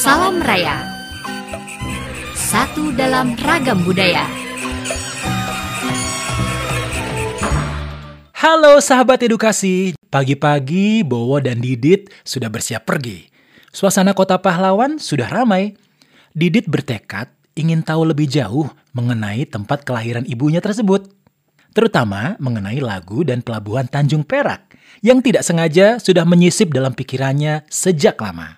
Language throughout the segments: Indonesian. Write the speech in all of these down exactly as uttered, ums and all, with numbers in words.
Salam Raya. Satu dalam ragam budaya. Halo sahabat edukasi, pagi-pagi Bowo dan Didit sudah bersiap pergi. Suasana kota pahlawan sudah ramai. Didit bertekad ingin tahu lebih jauh mengenai tempat kelahiran ibunya tersebut. Terutama mengenai lagu dan pelabuhan Tanjung Perak yang tidak sengaja sudah menyisip dalam pikirannya sejak lama.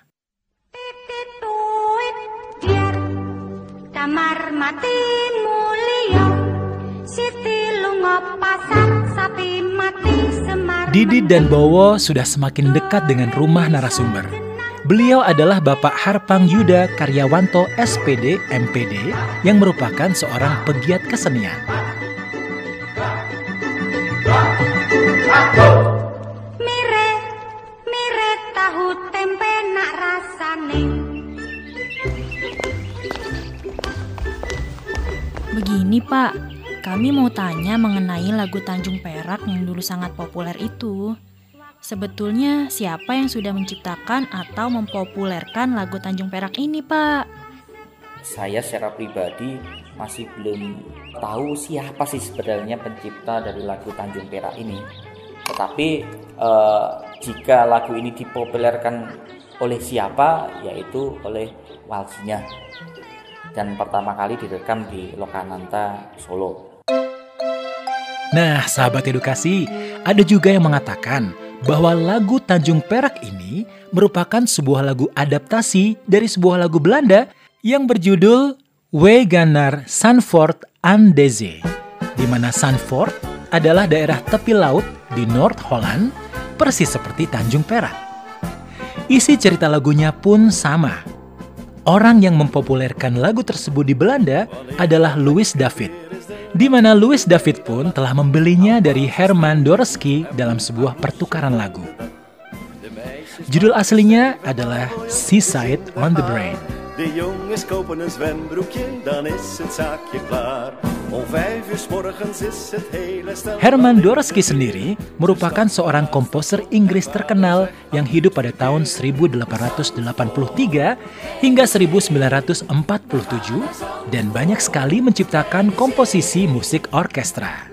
Kamar mati mulia, Siti lunga pasar, sapi mati semar. Didit dan Bowo sudah semakin dekat dengan rumah narasumber. Beliau adalah Bapak Harpang Yuda Karyawanto S P D M P D yang merupakan seorang pegiat kesenian. Mire, mire tahu tempe nak rasane. Begini Pak, kami mau tanya mengenai lagu Tanjung Perak yang dulu sangat populer itu. Sebetulnya siapa yang sudah menciptakan atau mempopulerkan lagu Tanjung Perak ini Pak? Saya secara pribadi masih belum tahu siapa sih sebenarnya pencipta dari lagu Tanjung Perak ini. Tetapi eh, jika lagu ini dipopulerkan oleh siapa, yaitu oleh Walsinya. Dan pertama kali direkam di Lokananta, Solo. Nah, sahabat edukasi, ada juga yang mengatakan bahwa lagu Tanjung Perak ini merupakan sebuah lagu adaptasi dari sebuah lagu Belanda yang berjudul We Ganar Zandvoort aan de Zee, di mana Zandvoort adalah daerah tepi laut di North Holland, persis seperti Tanjung Perak. Isi cerita lagunya pun sama. Orang yang mempopulerkan lagu tersebut di Belanda adalah Louis David, di mana Louis David pun telah membelinya dari Herman Dorsky dalam sebuah pertukaran lagu. Judul aslinya adalah Seaside on the Brain. De jongens kopen een zwembroekje, dan is het zaakje klaar. Om vijf uur 's morgens is het hele stel. Herman Dorsky sendiri merupakan seorang komposer Inggris terkenal yang hidup pada tahun seribu delapan ratus delapan puluh tiga hingga seribu sembilan ratus empat puluh tujuh dan banyak sekali menciptakan komposisi musik orkestra.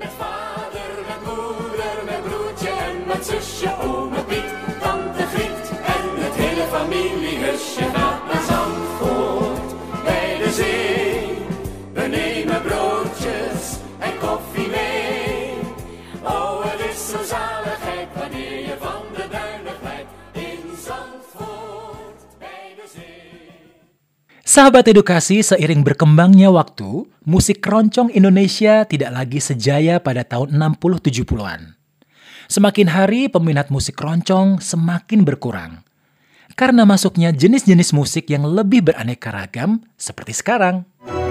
Sahabat edukasi, seiring berkembangnya waktu, musik keroncong Indonesia tidak lagi sejaya pada tahun enam puluh tujuh puluhan. Semakin hari peminat musik keroncong semakin berkurang. Karena masuknya jenis-jenis musik yang lebih beraneka ragam seperti sekarang.